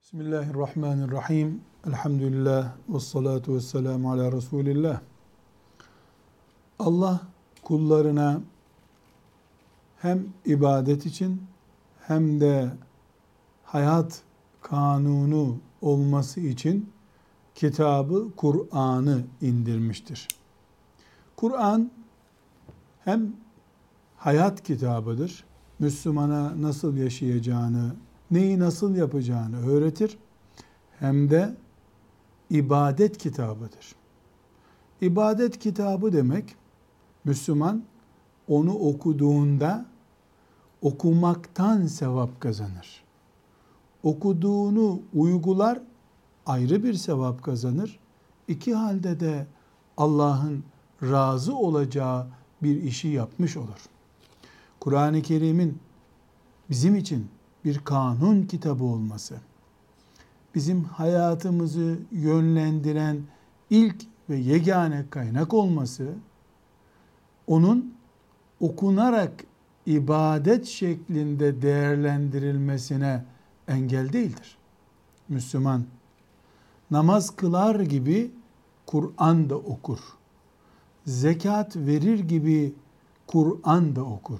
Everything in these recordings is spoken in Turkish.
Bismillahirrahmanirrahim. Elhamdülillah ve salatu ve selamu ala Resulillah. Allah kullarına hem ibadet için hem de hayat kanunu olması için kitabı Kur'an'ı indirmiştir. Kur'an hem hayat kitabıdır. Müslümana nasıl yaşayacağını, neyi nasıl yapacağını öğretir. Hem de ibadet kitabıdır. İbadet kitabı demek, Müslüman onu okuduğunda okumaktan sevap kazanır. Okuduğunu uygular, ayrı bir sevap kazanır. İki halde de Allah'ın razı olacağı bir işi yapmış olur. Kur'an-ı Kerim'in bizim için bir kanun kitabı olması, bizim hayatımızı yönlendiren ilk ve yegane kaynak olması, onun okunarak ibadet şeklinde değerlendirilmesine engel değildir. Müslüman namaz kılar gibi Kur'an da okur. Zekat verir gibi Kur'an da okur.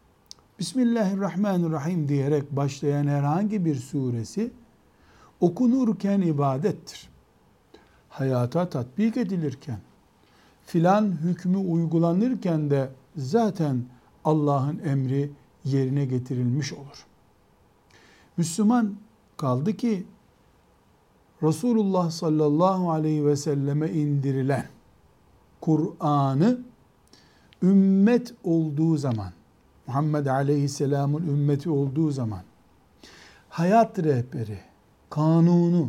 Bismillahirrahmanirrahim diyerek başlayan herhangi bir suresi okunurken ibadettir. Hayata tatbik edilirken, filan hükmü uygulanırken de zaten Allah'ın emri yerine getirilmiş olur. Müslüman kaldı ki Resulullah sallallahu aleyhi ve selleme indirilen Kur'an'ı ümmet olduğu zaman, Muhammed Aleyhisselam'ın ümmeti olduğu zaman hayat rehberi, kanunu,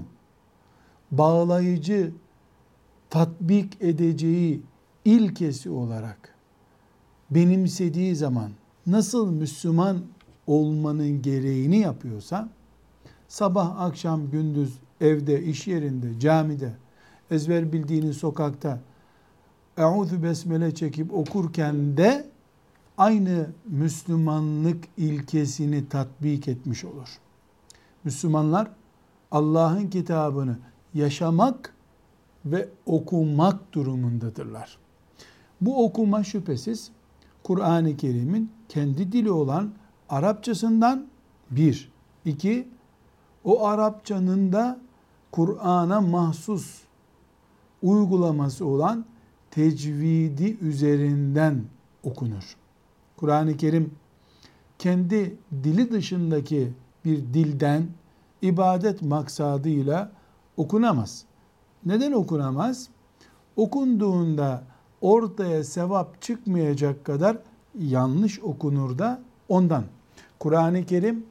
bağlayıcı, tatbik edeceği ilkesi olarak benimsediği zaman nasıl Müslüman olmanın gereğini yapıyorsa, sabah, akşam, gündüz, evde, iş yerinde, camide, ezber bildiğiniz sokakta Eûzü Besmele çekip okurken de aynı Müslümanlık ilkesini tatbik etmiş olur. Müslümanlar Allah'ın kitabını yaşamak ve okumak durumundadırlar. Bu okuma şüphesiz Kur'an-ı Kerim'in kendi dili olan Arapçasından bir. İki, o Arapçanın da Kur'an'a mahsus uygulaması olan tecvidi üzerinden okunur. Kur'an-ı Kerim kendi dili dışındaki bir dilden ibadet maksadıyla okunamaz. Neden okunamaz? Okunduğunda ortaya sevap çıkmayacak kadar yanlış okunur da ondan. Kur'an-ı Kerim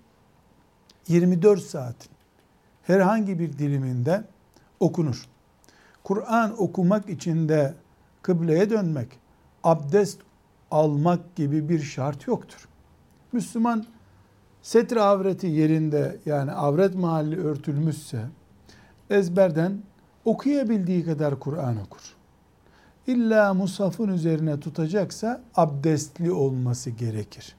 24 saatin herhangi bir diliminde okunur. Kur'an okumak için de kıbleye dönmek, abdest almak gibi bir şart yoktur. Müslüman setre avreti yerinde, yani avret mahalli örtülmüşse ezberden okuyabildiği kadar Kur'an okur. İlla mushafın üzerine tutacaksa abdestli olması gerekir.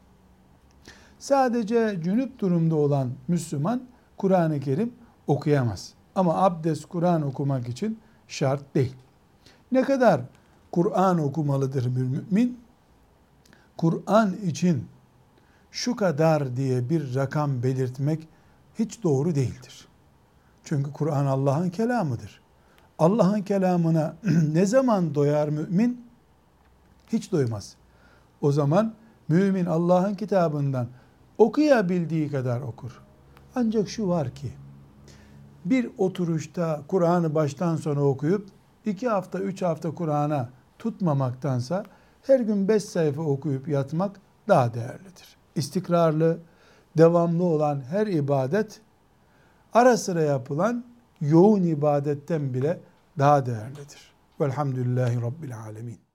Sadece cünüp durumda olan Müslüman Kur'an-ı Kerim okuyamaz. Ama abdest Kur'an okumak için şart değil. Ne kadar Kur'an okumalıdır bir mümin? Kur'an için şu kadar diye bir rakam belirtmek hiç doğru değildir. Çünkü Kur'an Allah'ın kelamıdır. Allah'ın kelamına ne zaman doyar mümin? Hiç doymaz. O zaman mümin Allah'ın kitabından okuyabildiği kadar okur. Ancak şu var ki, bir oturuşta Kur'an'ı baştan sona okuyup 2 hafta, 3 hafta Kur'an'a tutmamaktansa her gün 5 sayfa okuyup yatmak daha değerlidir. İstikrarlı, devamlı olan her ibadet ara sıra yapılan yoğun ibadetten bile daha değerlidir. Velhamdülillahi Rabbil alemin.